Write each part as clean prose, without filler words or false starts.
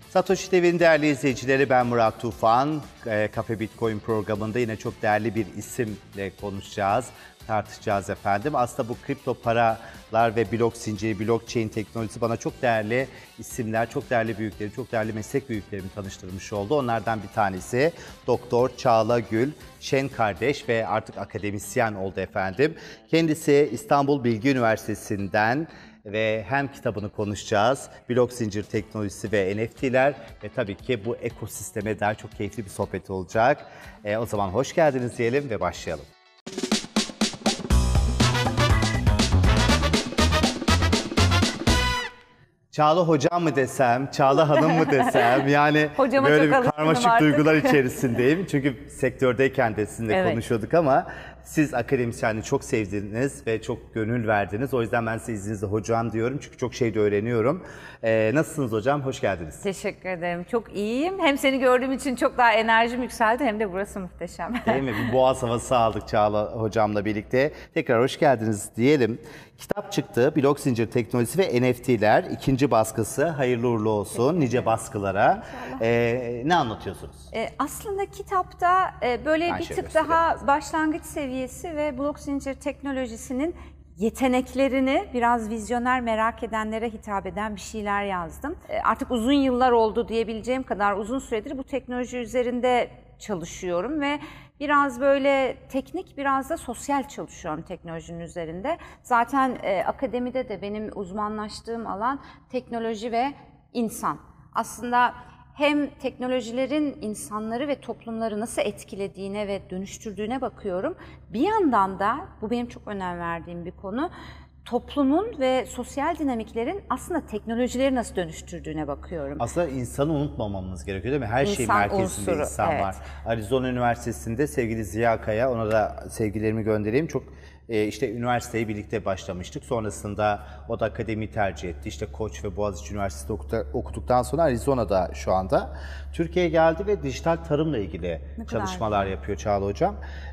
Satoshi TV'nin değerli izleyicileri, ben Murat Tufan. Cafe Bitcoin programında yine çok değerli bir isimle konuşacağız, tartışacağız efendim. Aslında bu kripto paralar ve blok zinciri, blockchain teknolojisi bana çok değerli isimler, çok değerli büyükleri, çok değerli meslek büyüklerimi tanıştırmış oldu. Onlardan bir tanesi Doktor Çağla Gül Şen kardeş ve artık akademisyen oldu efendim. Kendisi İstanbul Bilgi Üniversitesi'nden ve hem kitabını konuşacağız, blok zincir teknolojisi ve NFT'ler ve tabii ki bu ekosisteme daha çok keyifli bir sohbet olacak. O zaman hoş geldiniz diyelim ve başlayalım. Çağla hocam mı desem, Çağla hanım mı desem, yani böyle bir karmaşık duygular içerisindeyim. Çünkü sektördeyken de sizinle konuşuyorduk ama siz akademisyenliği çok sevdiniz ve çok gönül verdiniz. O yüzden ben size izninizle hocam diyorum çünkü çok şey de öğreniyorum. Nasılsınız hocam? Hoş geldiniz. Teşekkür ederim. Çok iyiyim. Hem seni gördüğüm için çok daha enerjim yükseldi hem de burası muhteşem. Değil mi? Bir boğaz havası aldık Çağla hocamla birlikte. Tekrar hoş geldiniz diyelim. Kitap çıktı. Blok zincir teknolojisi ve NFT'ler. 2. baskısı. Hayırlı uğurlu olsun. Nice baskılara. Ne anlatıyorsunuz? Aslında kitapta böyle bir tık daha başlangıç seviyesi ve blok zincir teknolojisinin yeteneklerini biraz vizyoner, merak edenlere hitap eden bir şeyler yazdım. Artık uzun yıllar oldu diyebileceğim kadar uzun süredir bu teknoloji üzerinde çalışıyorum ve biraz böyle teknik, biraz da sosyal çalışıyorum teknolojinin üzerinde. Zaten akademide de benim uzmanlaştığım alan teknoloji ve insan. Aslında hem teknolojilerin insanları ve toplumları nasıl etkilediğine ve dönüştürdüğüne bakıyorum. Bir yandan da, bu benim çok önem verdiğim bir konu, toplumun ve sosyal dinamiklerin aslında teknolojileri nasıl dönüştürdüğüne bakıyorum. Aslında insanı unutmamamız gerekiyor değil mi? Her şeyin merkezinde unsuru, insan var. Arizona Üniversitesi'nde sevgili Ziya Kaya, ona da sevgilerimi göndereyim. Çok işte üniversiteyi birlikte başlamıştık. Sonrasında o da akademiyi tercih etti. İşte Koç ve Boğaziçi Üniversitesi'de okuduktan sonra Arizona'da şu anda. Türkiye'ye geldi ve dijital tarımla ilgili çalışmalar yapıyor Çağla Hocam.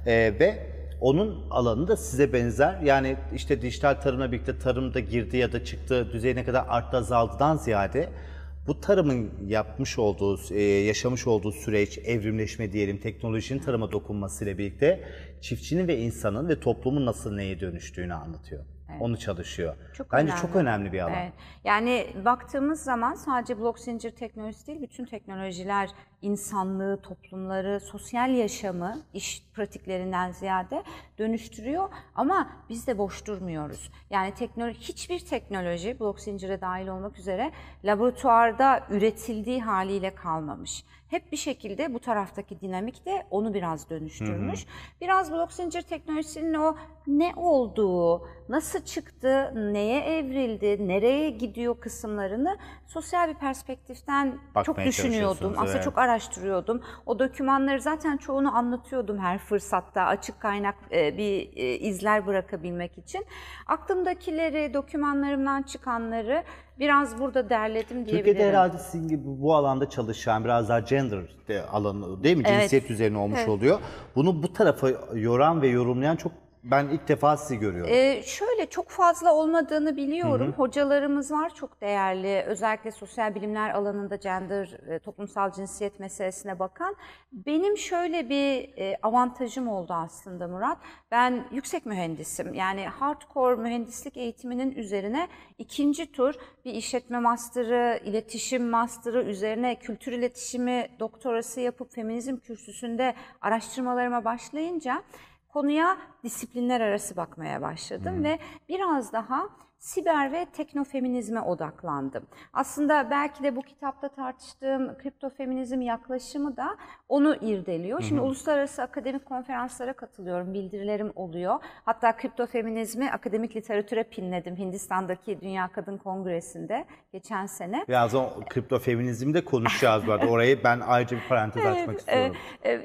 Ve onun alanı da size benzer. Yani işte dijital tarımla birlikte tarımda girdi ya da çıktı düzeyine kadar arttı azaldıdan ziyade bu tarımın yapmış olduğu, yaşamış olduğu süreç, evrimleşme diyelim, teknolojinin tarıma dokunmasıyla birlikte çiftçinin ve insanın ve toplumun nasıl neye dönüştüğünü anlatıyor. Evet. Onu çalışıyor. Bence çok önemli bir alan. Evet. Yani baktığımız zaman sadece blok zincir teknolojisi değil, bütün teknolojiler insanlığı, toplumları, sosyal yaşamı, iş pratiklerinden ziyade dönüştürüyor. Ama biz de boş durmuyoruz. Yani hiçbir teknoloji, blok zincire dahil olmak üzere, laboratuvarda üretildiği haliyle kalmamış. Hep bir şekilde bu taraftaki dinamik de onu biraz dönüştürmüş. Biraz blok zincir teknolojisinin o ne olduğu, nasıl çıktı, neye evrildi, nereye gidiyor kısımlarını sosyal bir perspektiften çok düşünüyordum. Aslında çok araştırıyordum. O dokümanları zaten çoğunu anlatıyordum her fırsatta, açık kaynak bir izler bırakabilmek için. Aklımdakileri, dokümanlarımdan çıkanları biraz burada derledim diyebilirim. Türkiye'de herhalde sizin gibi bu alanda çalışan, biraz daha gender alanı değil mi? Cinsiyet üzerine olmuş oluyor. Bunu bu tarafa yoran ve yorumlayan çok, ben ilk defa sizi görüyorum. Şöyle çok fazla olmadığını biliyorum. Hocalarımız var çok değerli. Özellikle sosyal bilimler alanında gender, toplumsal cinsiyet meselesine bakan. Benim şöyle bir avantajım oldu aslında Murat. Ben yüksek mühendisim. Yani hardcore mühendislik eğitiminin üzerine 2. tur bir işletme master'ı, iletişim master'ı üzerine kültür iletişimi doktorası yapıp feminizm kürsüsünde araştırmalarıma başlayınca konuya disiplinler arası bakmaya başladım ve biraz daha siber ve teknofeminizme odaklandım. Aslında belki de bu kitapta tartıştığım kriptofeminizm yaklaşımı da onu irdeliyor. Şimdi uluslararası akademik konferanslara katılıyorum, bildirilerim oluyor. Hatta kriptofeminizmi akademik literatüre pinledim Hindistan'daki Dünya Kadın Kongresi'nde geçen sene. Biraz o kriptofeminizmi de konuşacağız bu arada. Orayı ben ayrıca bir parantez açmak istiyorum.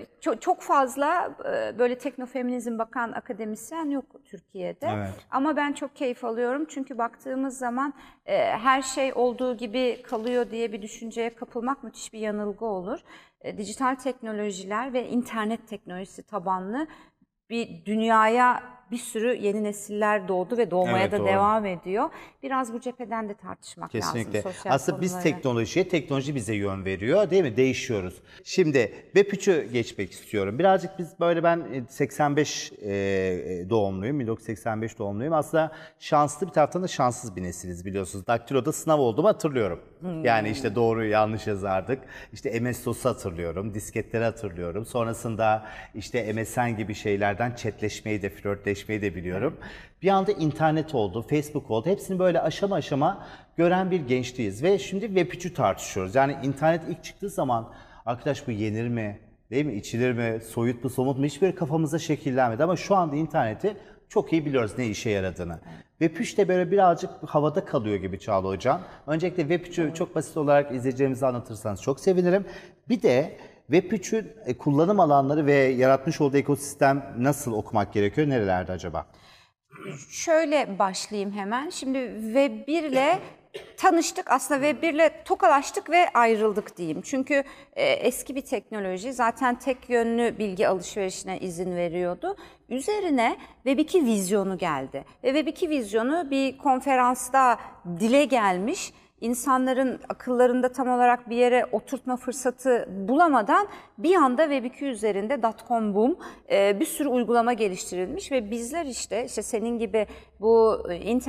Çok fazla böyle teknofeminizm bakan akademisyen yok Türkiye'de. Evet. Ama ben çok keyif alıyorum çünkü baktığımız zaman her şey olduğu gibi kalıyor diye bir düşünceye kapılmak müthiş bir yanılgı olur. Dijital teknolojiler ve internet teknolojisi tabanlı bir dünyaya bir sürü yeni nesiller doğdu ve doğmaya da devam ediyor. Biraz bu cepheden de tartışmak Kesinlikle. lazım sosyal Aslında konuları. biz teknolojiye, teknoloji bize yön veriyor değil mi? Değişiyoruz. Şimdi Web3'ü geçmek istiyorum. Birazcık biz böyle ben 85 doğumluyum, 1985 doğumluyum. Aslında şanslı bir taraftan da şanssız bir nesiliz biliyorsunuz. Daktilo'da sınav olduğumu hatırlıyorum. Yani işte doğru yanlış yazardık. İşte MS-DOS'u hatırlıyorum, disketleri hatırlıyorum. Sonrasında işte MSN gibi şeylerden chatleşmeyi de, flörtleşmeyi de biliyorum. Bir anda internet oldu, Facebook oldu. Hepsini böyle aşama aşama gören bir gençliğiz. Ve şimdi Web3'ü tartışıyoruz. Yani internet ilk çıktığı zaman arkadaş bu yenir mi, değil mi, içilir mi, soyut mu, somut mu hiçbir kafamıza şekillenmedi. Ama şu anda interneti çok iyi biliyoruz ne işe yaradığını. Web3 de böyle birazcık havada kalıyor gibi Çağla Hocam. Öncelikle Web3'ü çok basit olarak izleyicilerimize anlatırsanız çok sevinirim. Bir de Web3'ün kullanım alanları ve yaratmış olduğu ekosistem nasıl okumak gerekiyor, nerelerde acaba? Şöyle başlayayım hemen. Şimdi Web1 ile tanıştık, aslında Web1 ile tokalaştık ve ayrıldık diyeyim. Çünkü eski bir teknoloji, zaten tek yönlü bilgi alışverişine izin veriyordu. Üzerine Web2 vizyonu geldi. Ve Web2 vizyonu bir konferansta dile gelmiş. İnsanların akıllarında tam olarak bir yere oturtma fırsatı bulamadan bir anda Web2 üzerinde .com boom bir sürü uygulama geliştirilmiş ve bizler işte senin gibi bu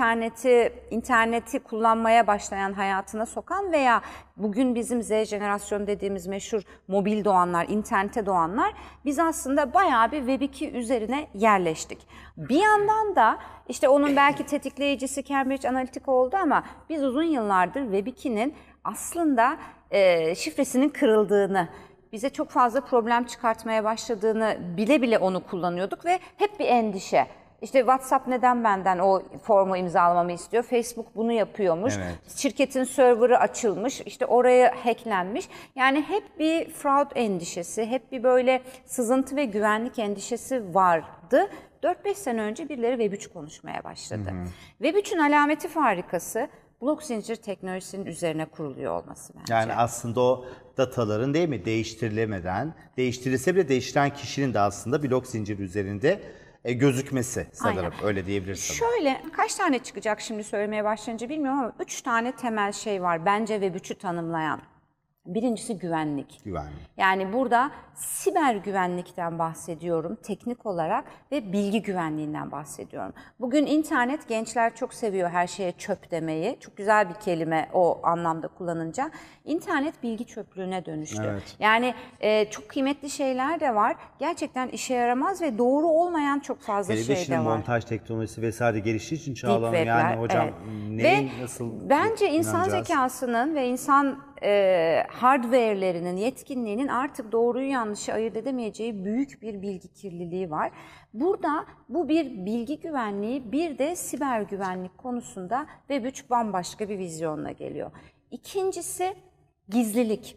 interneti kullanmaya başlayan, hayatına sokan veya bugün bizim Z jenerasyonu dediğimiz meşhur mobil doğanlar, internete doğanlar, biz aslında bayağı bir Web2 üzerine yerleştik. Bir yandan da işte onun belki tetikleyicisi Cambridge Analytica oldu ama biz uzun yıllardır Web2'nin aslında şifresinin kırıldığını, bize çok fazla problem çıkartmaya başladığını bile bile onu kullanıyorduk ve hep bir endişe. İşte WhatsApp neden benden o formu imzalamamı istiyor? Facebook bunu yapıyormuş. Evet. Şirketin serverı açılmış. İşte oraya hacklenmiş. Yani hep bir fraud endişesi, hep bir böyle sızıntı ve güvenlik endişesi vardı. 4-5 sene önce birileri Web3 konuşmaya başladı. Web3'ün alameti farikası blok zincir teknolojisinin üzerine kuruluyor olması bence. Yani aslında o dataların değil mi değiştirilemeden, değiştirilse bile değiştiren kişinin de aslında blok zincir üzerinde gözükmesi sanırım. Aynen. Öyle diyebiliriz. Şöyle kaç tane çıkacak şimdi söylemeye başlayınca bilmiyorum ama 3 tane temel şey var bence Web3'ü tanımlayan. Birincisi güvenlik. Yani burada siber güvenlikten bahsediyorum teknik olarak ve bilgi güvenliğinden bahsediyorum. Bugün internet, gençler çok seviyor her şeye çöp demeyi. Çok güzel bir kelime o anlamda kullanınca. İnternet bilgi çöplüğüne dönüştü. Evet. Yani çok kıymetli şeyler de var. Gerçekten işe yaramaz ve doğru olmayan çok fazla şey de var. Montaj teknolojisi vesaire geliştiği için Çağla Hanım yani hocam neyin nasıl bence insan zekasının ve insan hardware'lerinin, yetkinliğinin artık doğruyu yanlışı ayırt edemeyeceği büyük bir bilgi kirliliği var. Burada bu bir bilgi güvenliği, bir de siber güvenlik konusunda Web3 bambaşka bir vizyonla geliyor. İkincisi gizlilik.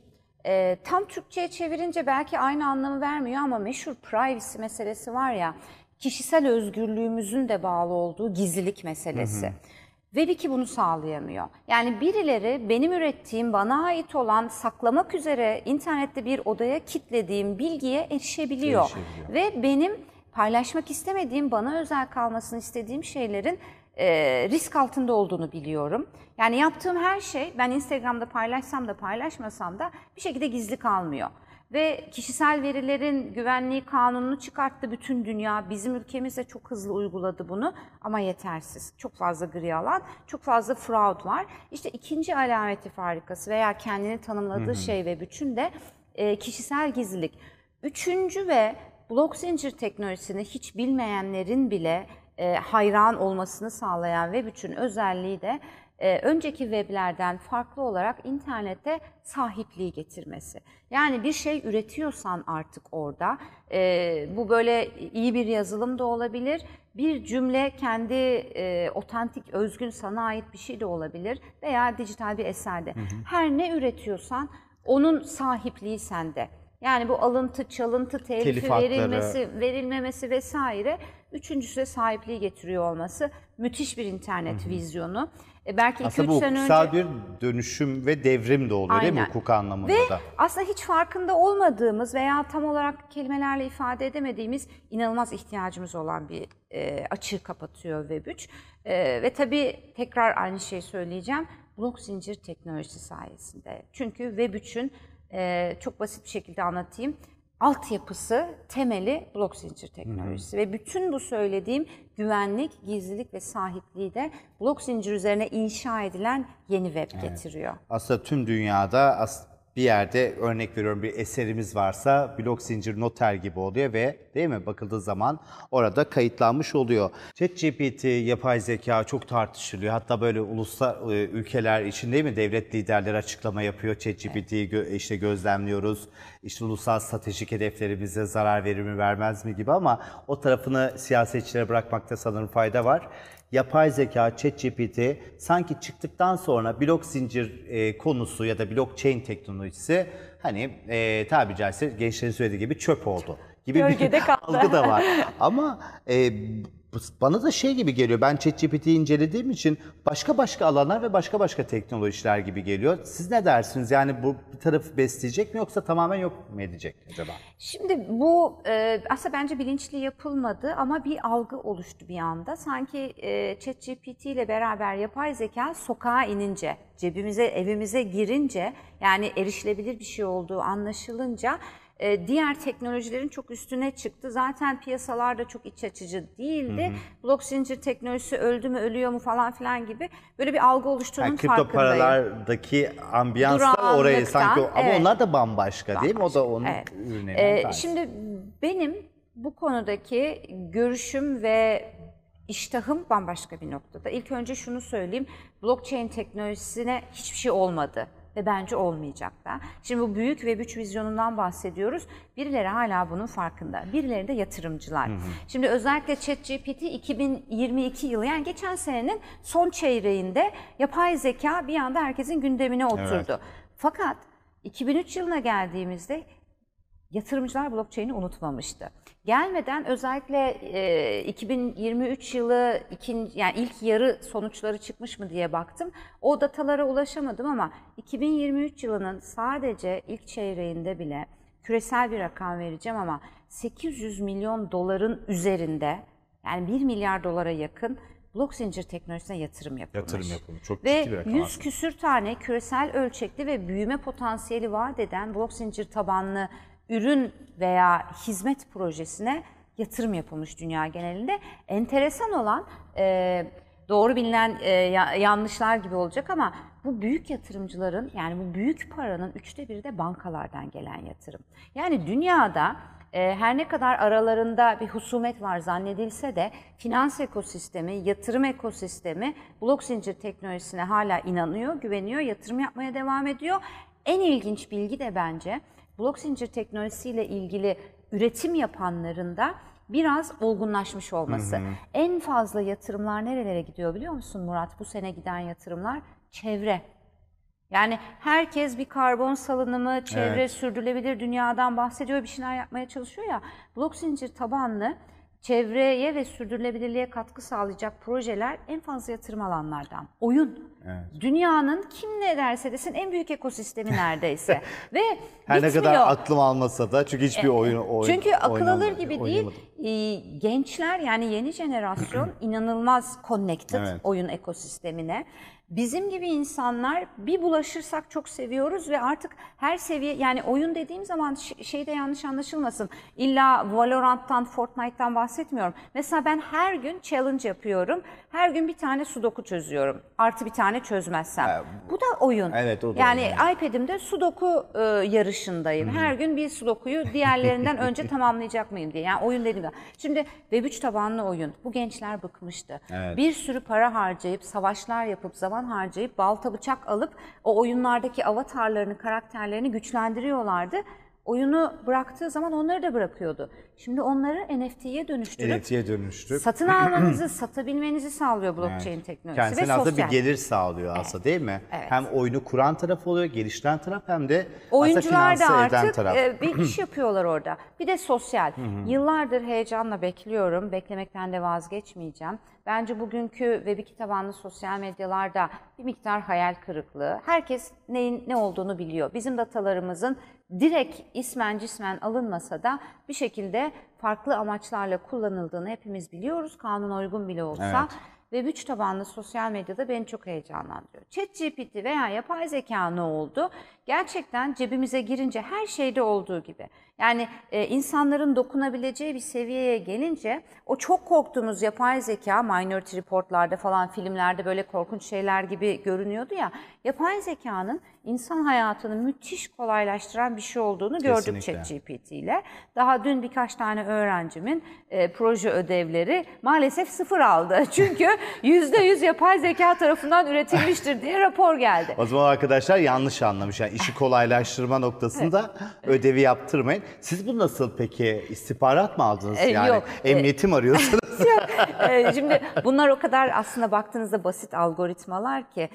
Tam Türkçe'ye çevirince belki aynı anlamı vermiyor ama meşhur privacy meselesi var ya, kişisel özgürlüğümüzün de bağlı olduğu gizlilik meselesi. Web2 bunu sağlayamıyor. Yani birileri benim ürettiğim, bana ait olan, saklamak üzere internette bir odaya kilitlediğim bilgiye erişebiliyor. Ve benim paylaşmak istemediğim, bana özel kalmasını istediğim şeylerin risk altında olduğunu biliyorum. Yani yaptığım her şey, ben Instagram'da paylaşsam da paylaşmasam da bir şekilde gizli kalmıyor. Ve kişisel verilerin güvenliği kanununu çıkarttı bütün dünya. Bizim ülkemiz de çok hızlı uyguladı bunu ama yetersiz. Çok fazla gri alan, çok fazla fraud var. İşte ikinci alameti farikası veya kendini tanımladığı şey ve bütün de kişisel gizlilik. Üçüncü ve blok zincir teknolojisini hiç bilmeyenlerin bile hayran olmasını sağlayan Web3'ün özelliği de önceki weblerden farklı olarak internete sahipliği getirmesi. Yani bir şey üretiyorsan artık orada, bu böyle iyi bir yazılım da olabilir, bir cümle kendi otantik, özgün sana ait bir şey de olabilir veya dijital bir eserde. Her ne üretiyorsan onun sahipliği sende. Yani bu alıntı, çalıntı, telifi verilmemesi vesaire. Üçüncüsü de sahipliği getiriyor olması. Müthiş bir internet vizyonu. Belki 2-3 sene önce... Aslında bu bir dönüşüm ve devrim de oluyor. Aynen. Değil mi hukuk anlamında ve da? Aslında hiç farkında olmadığımız veya tam olarak kelimelerle ifade edemediğimiz inanılmaz ihtiyacımız olan bir açığı kapatıyor Web3. Ve tabii tekrar aynı şeyi söyleyeceğim. Blok zincir teknolojisi sayesinde. Çünkü Web3'ün çok basit bir şekilde anlatayım. Altyapısı, temeli blok zincir teknolojisi. Ve bütün bu söylediğim güvenlik, gizlilik ve sahipliği de blok zincir üzerine inşa edilen yeni web getiriyor. Aslında tüm dünyada bir yerde örnek veriyorum bir eserimiz varsa blok zincir noter gibi oluyor ve değil mi bakıldığı zaman orada kayıtlanmış oluyor. ChatGPT, yapay zeka çok tartışılıyor. Hatta böyle ulusal ülkeler için değil mi devlet liderleri açıklama yapıyor. ChatGPT'yi işte gözlemliyoruz. İşte ulusal stratejik hedeflerimize zarar verir mi vermez mi gibi ama o tarafını siyasetçilere bırakmakta sanırım fayda var. Yapay zeka, ChatGPT sanki çıktıktan sonra blok zincir konusu ya da blockchain teknolojisi hani tabiri caizse gençlerin söylediği gibi çöp oldu gibi bir algı da var. Ama bana da şey gibi geliyor, ben ChatGPT'yi incelediğim için başka alanlar ve başka teknolojiler gibi geliyor. Siz ne dersiniz? Yani bu bir tarafı besleyecek mi yoksa tamamen yok mu edecek acaba? Şimdi bu aslında bence bilinçli yapılmadı ama bir algı oluştu bir anda. Sanki ChatGPT ile beraber yapay zeka sokağa inince, cebimize, evimize girince yani erişilebilir bir şey olduğu anlaşılınca diğer teknolojilerin çok üstüne çıktı. Zaten piyasalarda çok iç açıcı değildi. Blok zincir teknolojisi öldü mü, ölüyor mu falan filan gibi böyle bir algı oluşturduğunun yani farkındayım. Kripto paralardaki ambiyanslar oraya sanki ama onlar da bambaşka değil mi? O da onun ürünlerinden. Şimdi benim bu konudaki görüşüm ve iştahım bambaşka bir noktada. İlk önce şunu söyleyeyim. Blockchain teknolojisine hiçbir şey olmadı. Ve bence olmayacak da. Şimdi bu büyük Web3 vizyonundan bahsediyoruz. Birileri hala bunun farkında. Birileri de yatırımcılar. Şimdi özellikle ChatGPT 2022 yılı yani geçen senenin son çeyreğinde yapay zeka bir anda herkesin gündemine oturdu. Evet. Fakat 2003 yılına geldiğimizde yatırımcılar blockchain'i unutmamıştı. Gelmeden özellikle 2023 yılı yani ilk yarı sonuçları çıkmış mı diye baktım. O datalara ulaşamadım ama 2023 yılının sadece ilk çeyreğinde bile küresel bir rakam vereceğim ama 800 milyon doların üzerinde yani 1 milyar dolara yakın blok zincir teknolojisine yatırım yapılmış. Yatırım yapılmış. Çok ve ciddi bir rakam 100 küsür tane küresel ölçekli ve büyüme potansiyeli vaat eden blok zincir tabanlı ürün veya hizmet projesine yatırım yapılmış dünya genelinde. Enteresan olan, doğru bilinen yanlışlar gibi olacak ama bu büyük yatırımcıların yani bu büyük paranın 1/3 de bankalardan gelen yatırım. Yani dünyada her ne kadar aralarında bir husumet var zannedilse de finans ekosistemi, yatırım ekosistemi blok zincir teknolojisine hala inanıyor, güveniyor, yatırım yapmaya devam ediyor. En ilginç bilgi de bence blok zincir teknolojisiyle ilgili üretim yapanların da biraz olgunlaşmış olması. En fazla yatırımlar nerelere gidiyor biliyor musun Murat? Bu sene giden yatırımlar çevre. Yani herkes bir karbon salınımı, çevre, sürdürülebilir dünyadan bahsediyor, bir şeyler yapmaya çalışıyor ya. Blok zincir tabanlı çevreye ve sürdürülebilirliğe katkı sağlayacak projeler en fazla yatırım alanlardan. Oyun. Evet. Dünyanın kim ne derse desin en büyük ekosistemi neredeyse. Ve her ne kadar aklım almasa da çünkü hiçbir oyun çünkü akıl alır gibi değil. Gençler yani yeni jenerasyon inanılmaz connected oyun ekosistemine. Bizim gibi insanlar bir bulaşırsak çok seviyoruz ve artık her seviye yani oyun dediğim zaman şeyde yanlış anlaşılmasın. İlla Valorant'tan, Fortnite'tan bahsetmiyorum. Mesela ben her gün challenge yapıyorum. Her gün bir tane sudoku çözüyorum. Artı bir tane çözmezsem. Bu da oyun. Evet, o da yani oyun. iPad'imde sudoku yarışındayım. Her gün bir sudokuyu diğerlerinden önce tamamlayacak mıyım diye. Yani oyun dediğim zaman. Şimdi Web3 tabanlı oyun. Bu gençler bıkmıştı. Evet. Bir sürü para harcayıp, savaşlar yapıp, zaman harcayıp, balta bıçak alıp o oyunlardaki avatarlarını, karakterlerini güçlendiriyorlardı. oyunu bıraktığı zaman onları da bırakıyordu. Şimdi onları NFT'ye dönüştürüp satın almanızı, satabilmenizi sağlıyor blockchain teknolojisi ve kendisine sosyal. aslında bir gelir sağlıyor aslında, değil mi? Evet. Hem oyunu kuran taraf oluyor, geliştiren taraf, hem de Oyuncular aslında da finanse eden artık taraf. bir iş yapıyorlar orada. Bir de sosyal. Yıllardır heyecanla bekliyorum. Beklemekten de vazgeçmeyeceğim. Bence bugünkü Web2 tabanlı sosyal medyalarda bir miktar hayal kırıklığı. Herkes neyin ne olduğunu biliyor. Bizim datalarımızın direkt ismen cismen alınmasa da bir şekilde farklı amaçlarla kullanıldığını hepimiz biliyoruz. Kanuna uygun bile olsa. Evet. Web3 tabanlı sosyal medyada beni çok heyecanlandırıyor. ChatGPT veya yapay zeka ne oldu? Gerçekten cebimize girince her şeyde olduğu gibi. Yani insanların dokunabileceği bir seviyeye gelince o çok korktuğumuz yapay zeka, Minority Report'larda falan, filmlerde böyle korkunç şeyler gibi görünüyordu ya. Yapay zekanın insan hayatını müthiş kolaylaştıran bir şey olduğunu gördük ChatGPT ile. Daha dün birkaç tane öğrencimin proje ödevleri maalesef 0 aldı. Çünkü %100 yapay zeka tarafından üretilmiştir diye rapor geldi. O zaman arkadaşlar yanlış anlamış. Yani işi kolaylaştırma noktasında ödevi yaptırmayın. Siz bu nasıl peki? İstihbarat mı aldınız yani? Yok. Emniyeti mi arıyorsunuz? Yok. Şimdi bunlar o kadar aslında baktığınızda basit algoritmalar ki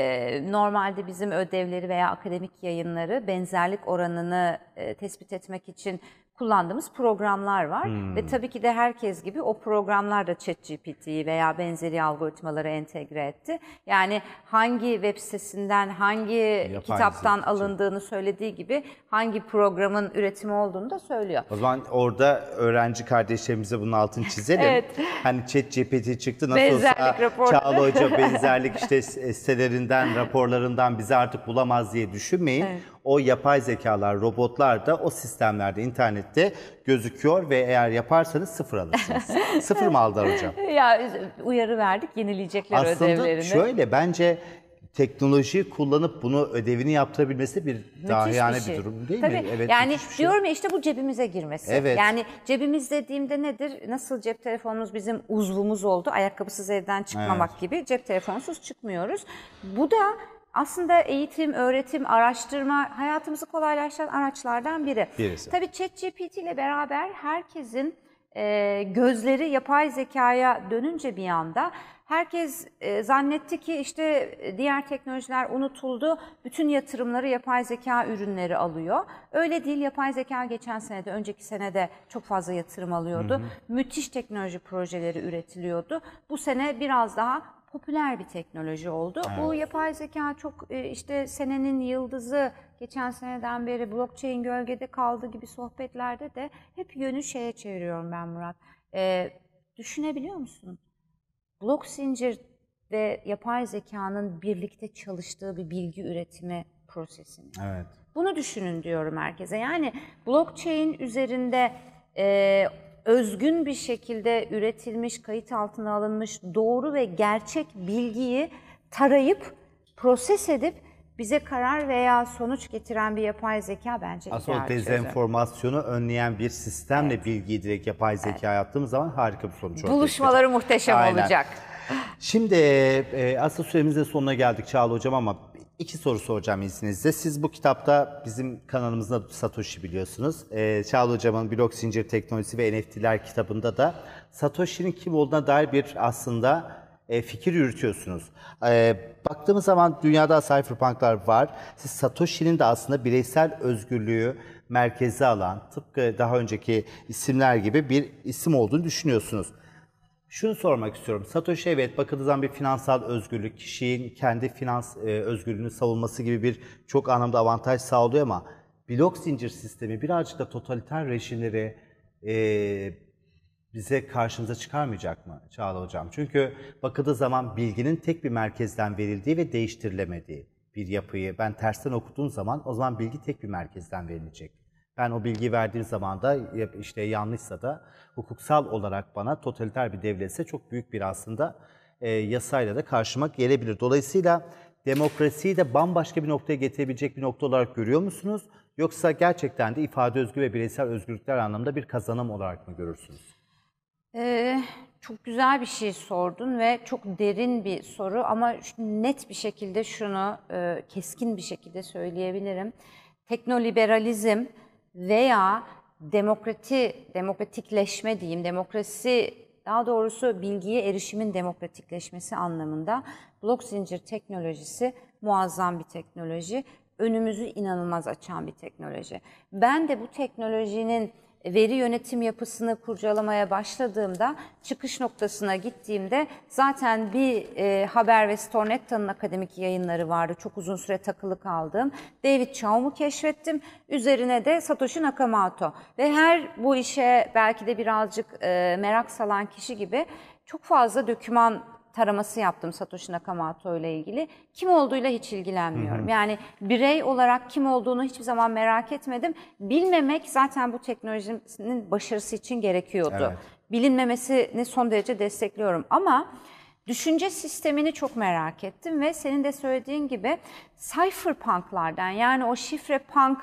normalde bizim ödevleri veya akademik yayınları benzerlik oranını tespit etmek için kullandığımız programlar var. Ve tabii ki de herkes gibi o programlar da ChatGPT'yi veya benzeri algoritmaları entegre etti. Yani hangi web sitesinden, hangi kitaptan alındığını söylediği gibi hangi programın üretimi olduğunu da söylüyor. O zaman orada öğrenci kardeşlerimize bunun altını çizelim. Evet. Hani ChatGPT çıktı, nasıl Benzerlik raporu. Çağla Hoca benzerlik işte sitelerinden, raporlarından bizi artık bulamaz diye düşünmeyin. Evet. O yapay zekalar, robotlar da o sistemlerde, internette gözüküyor ve eğer yaparsanız 0 alırsınız. 0 mı aldılar hocam? Ya uyarı verdik, yenileyecekler ödevlerini. Aslında şöyle, bence teknolojiyi kullanıp bunu ödevini yaptırabilmesi bir dahiyane bir durum değil mi? Evet, yani diyorum ya, işte bu cebimize girmesi. Evet. Yani cebimiz dediğimde nedir? Nasıl cep telefonumuz bizim uzvumuz oldu, ayakkabısız evden çıkmamak gibi cep telefonsuz çıkmıyoruz. Bu da aslında eğitim, öğretim, araştırma hayatımızı kolaylaştıran araçlardan birisi. Tabii ChatGPT ile beraber herkesin gözleri yapay zekaya dönünce bir anda herkes zannetti ki işte diğer teknolojiler unutuldu, bütün yatırımları yapay zeka ürünleri alıyor. Öyle değil, yapay zeka geçen senede, önceki senede çok fazla yatırım alıyordu. Müthiş teknoloji projeleri üretiliyordu. Bu sene biraz daha popüler bir teknoloji oldu. Evet. Bu yapay zeka çok işte senenin yıldızı, geçen seneden beri blockchain gölgede kaldı gibi sohbetlerde de hep yönü şeye çeviriyorum ben Murat. Düşünebiliyor musun? Blok zincir ve yapay zekanın birlikte çalıştığı bir bilgi üretimi prosesini. Evet. Bunu düşünün diyorum herkese. Yani blockchain üzerinde özgün bir şekilde üretilmiş, kayıt altına alınmış doğru ve gerçek bilgiyi tarayıp, proses edip bize karar veya sonuç getiren bir yapay zeka bence aslında dezenformasyonu önleyen bir sistemle bilgiyi direkt yapay zeka yaptığımız zaman harika bir sonuç ortaya buluşmaları muhteşem olacak. Şimdi aslında süremizin sonuna geldik Çağla Hocam, ama 2 soru soracağım izninizle. Siz bu kitapta, bizim kanalımızın adı Satoshi biliyorsunuz. Çağla Hocam'ın Blok Zincir Teknolojisi ve NFT'ler kitabında da Satoshi'nin kim olduğuna dair bir aslında fikir yürütüyorsunuz. Baktığımız zaman dünyada cypherpunklar var. Siz Satoshi'nin de aslında bireysel özgürlüğü merkeze alan, tıpkı daha önceki isimler gibi bir isim olduğunu düşünüyorsunuz. Şunu sormak istiyorum. Satoshi, evet, bakıldığı zaman bir finansal özgürlük, kişinin kendi finans özgürlüğünü savunması gibi bir çok anlamda avantaj sağlıyor, ama blok zincir sistemi birazcık da totaliter rejimleri bize karşımıza çıkarmayacak mı Çağla Hocam? Çünkü bakıldığı zaman bilginin tek bir merkezden verildiği ve değiştirilemediği bir yapıyı ben tersten okuduğum zaman, o zaman bilgi tek bir merkezden verilecek. Ben o bilgiyi verdiğim zaman da işte yanlışsa da hukuksal olarak bana totaliter bir devletse çok büyük bir aslında yasayla da karşıma gelebilir. Dolayısıyla demokrasiyi de bambaşka bir noktaya getirebilecek bir nokta olarak görüyor musunuz? Yoksa gerçekten de ifade özgürlüğü ve bireysel özgürlükler anlamında bir kazanım olarak mı görürsünüz? Çok güzel bir şey sordun ve çok derin bir soru, ama net bir şekilde şunu keskin bir şekilde söyleyebilirim. Teknoliberalizm veya demokratikleşme diyeyim, demokrasi, daha doğrusu bilgiye erişimin demokratikleşmesi anlamında blok zincir teknolojisi muazzam bir teknoloji. Önümüzü inanılmaz açan bir teknoloji. Ben de bu teknolojinin veri yönetim yapısını kurcalamaya başladığımda, çıkış noktasına gittiğimde zaten bir Haber ve Stornetta'nın akademik yayınları vardı. Çok uzun süre takılı kaldığım. David Chaum'u keşfettim. Üzerine de Satoshi Nakamoto. Ve her bu işe belki de birazcık merak salan kişi gibi çok fazla doküman taraması yaptım Satoshi Nakamoto ile ilgili. Kim olduğuyla hiç ilgilenmiyorum. Yani birey olarak kim olduğunu hiçbir zaman merak etmedim. Bilmemek zaten bu teknolojinin başarısı için gerekiyordu. Evet. Bilinmemesini son derece destekliyorum ama düşünce sistemini çok merak ettim ve senin de söylediğin gibi cypherpunklardan, yani o şifrepunk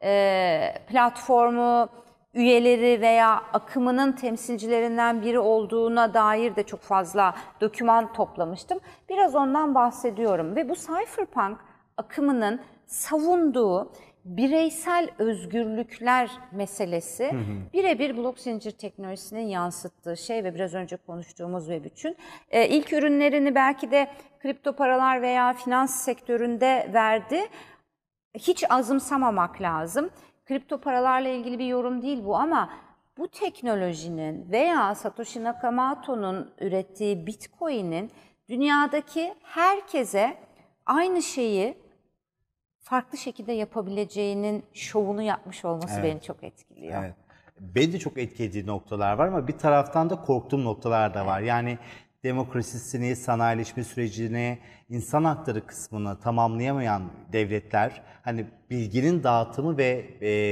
platformu üyeleri veya akımının temsilcilerinden biri olduğuna dair de çok fazla doküman toplamıştım. Biraz ondan bahsediyorum ve bu cypherpunk akımının savunduğu bireysel özgürlükler meselesi birebir blok zincir teknolojisinin yansıttığı şey ve biraz önce konuştuğumuz ve bütün. İlk ürünlerini belki de kripto paralar veya finans sektöründe verdi. Hiç azımsamamak lazım. Kripto paralarla ilgili bir yorum değil bu ama bu teknolojinin veya Satoshi Nakamoto'nun ürettiği Bitcoin'in dünyadaki herkese aynı şeyi farklı şekilde yapabileceğinin şovunu yapmış olması beni çok etkiliyor. Evet. Beni de çok etkilediği noktalar var ama bir taraftan da korktuğum noktalar da var. Yani demokrasisini, sanayileşme sürecini, insan hakları kısmını tamamlayamayan devletler, hani bilginin dağıtımı ve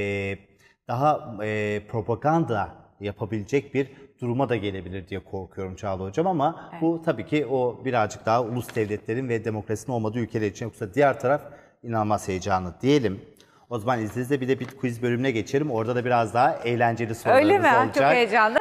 daha propaganda yapabilecek bir duruma da gelebilir diye korkuyorum Çağla Hocam ama bu tabii ki o birazcık daha ulus devletlerin ve demokrasinin olmadığı ülkeler için, yoksa diğer taraf inanılmaz heyecanlı diyelim. O zaman izninizle bir de quiz bölümüne geçelim. Orada da biraz daha eğlenceli sorularımız olacak. Öyle mi? Çok heyecanlı.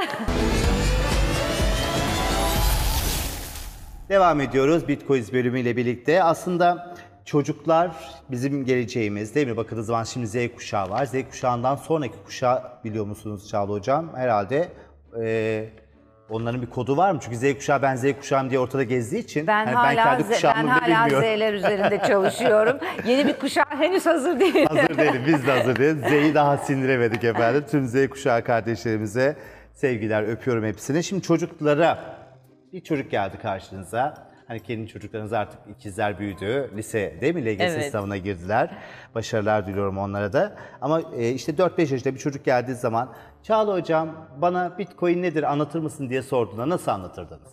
Devam ediyoruz Bitcoin bölümüyle birlikte. Aslında çocuklar bizim geleceğimiz, değil mi? Bakıldığı zaman şimdi Z kuşağı var. Z kuşağından sonraki kuşağı biliyor musunuz Çağla Hocam? Herhalde onların bir kodu var mı? Çünkü Z kuşağı, ben Z kuşağım diye ortada gezdiği için Ben hani hala bilmiyorum. Z'ler üzerinde çalışıyorum. Yeni bir kuşak henüz hazır değil. Hazır değilim, biz de hazır değiliz. Z'yi daha sindiremedik efendim. Tüm Z kuşağı kardeşlerimize sevgiler, öpüyorum hepsini. Şimdi çocuklara, bir çocuk geldi karşınıza. Hani kendi çocuklarınız artık ikizler büyüdü. Lise değil mi? LGS sınavına girdiler. Başarılar diliyorum onlara da. Ama işte 4-5 yaşında bir çocuk geldiği zaman Çağla Hocam bana Bitcoin nedir anlatır mısın diye sorduğunda nasıl anlatırdınız?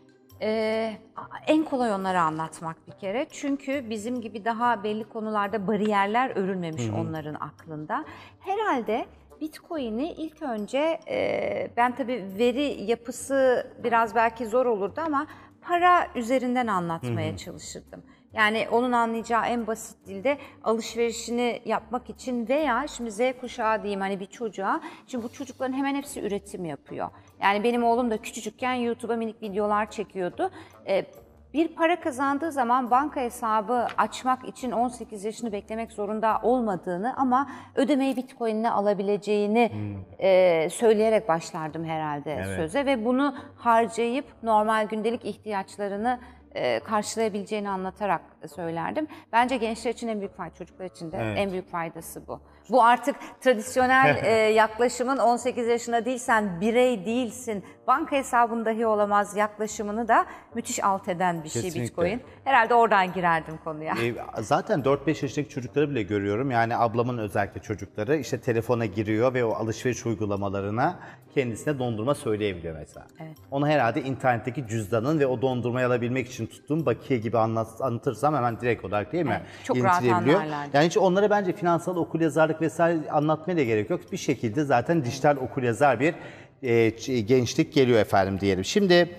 En kolay onlara anlatmak bir kere. Çünkü bizim gibi daha belli konularda bariyerler örülmemiş onların aklında. Herhalde Bitcoin'i ilk önce ben tabii veri yapısı biraz belki zor olurdu ama para üzerinden anlatmaya çalışırdım. Yani onun anlayacağı en basit dilde alışverişini yapmak için veya şimdi Z kuşağı diyeyim hani bir çocuğa. Şimdi bu çocukların hemen hepsi üretim yapıyor. Yani benim oğlum da küçücükken YouTube'a minik videolar çekiyordu. Bir para kazandığı zaman banka hesabı açmak için 18 yaşını beklemek zorunda olmadığını ama ödemeyi Bitcoin'le alabileceğini söyleyerek başlardım herhalde söze ve bunu harcayıp normal gündelik ihtiyaçlarını karşılayabileceğini anlatarak söylerdim. Bence gençler için en büyük fayda, çocuklar için de en büyük faydası bu. Bu artık tradisyonel yaklaşımın 18 yaşında değilsen birey değilsin, banka hesabın dahi olamaz yaklaşımını da müthiş alt eden bir şey Bitcoin. Herhalde oradan girerdim konuya. Zaten 4-5 yaşındaki çocukları bile görüyorum. Yani ablamın özellikle çocukları işte telefona giriyor ve o alışveriş uygulamalarına kendisine dondurma söyleyebiliyor mesela. Evet. Onu herhalde internetteki cüzdanın ve o dondurmayı alabilmek için tuttuğum bakiye gibi anlatırsam hemen direkt olarak değil mi? Evet, çok rahat anlarlar. Yani hiç onlara bence finansal okuryazarlık vesaire anlatmaya da gerek yok. Bir şekilde zaten dijital okuryazar bir gençlik geliyor efendim diyelim. Şimdi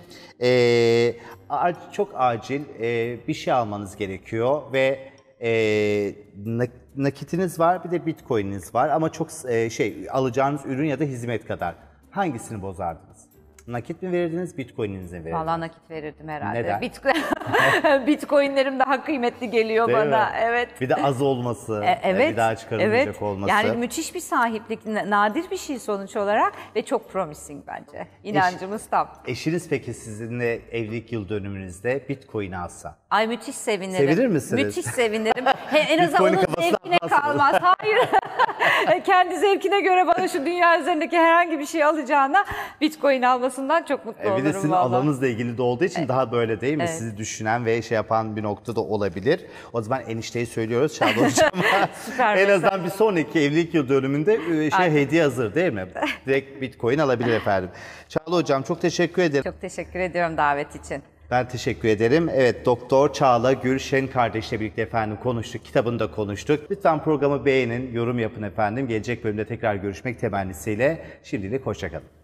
çok acil bir şey almanız gerekiyor ve nakitiniz var, bir de Bitcoin'iniz var ama çok alacağınız ürün ya da hizmet kadar. Hangisini bozardınız? Nakit mi verirdiniz, Bitcoin'inizi mi verirdiniz? Vallahi nakit verirdim herhalde. Neden? Bitcoin'lerim daha kıymetli geliyor Değil bana. mi? Evet. Bir de az olması, Evet. bir daha çıkarılmayacak olması. Yani müthiş bir sahiplik, nadir bir şey sonuç olarak ve çok promising bence. İnancımız tam. Eşiniz peki sizinle evlilik yıl dönümünüzde Bitcoin alsa? Ay müthiş sevinirim. Sevinir misiniz? Müthiş sevinirim. En azından Bitcoin'in onun kafasına zevkine atmazsınız. kalmaz. Hayır. Kendi zevkine göre bana şu dünya üzerindeki herhangi bir şey alacağına Bitcoin almasından çok mutlu olurum Bir de sizin vallahi. alanınızla ilgili de olduğu için daha böyle değil mi? Evet. Sizi düşünen ve şey yapan bir noktada olabilir. O zaman enişteyi söylüyoruz Çağla Hocam'a. Süper En mesaj. azından bir sonraki evlilik yıl dönümünde hediye hazır değil mi? Direkt Bitcoin alabilir efendim. Çağla Hocam çok teşekkür ederim. Çok teşekkür ediyorum davet için. Ben teşekkür ederim. Evet, Doktor Çağla Gürşen kardeşle birlikte efendim konuştuk. Kitabını da konuştuk. Lütfen programı beğenin, yorum yapın efendim. Gelecek bölümde tekrar görüşmek temennisiyle. Şimdilik hoşça kalın.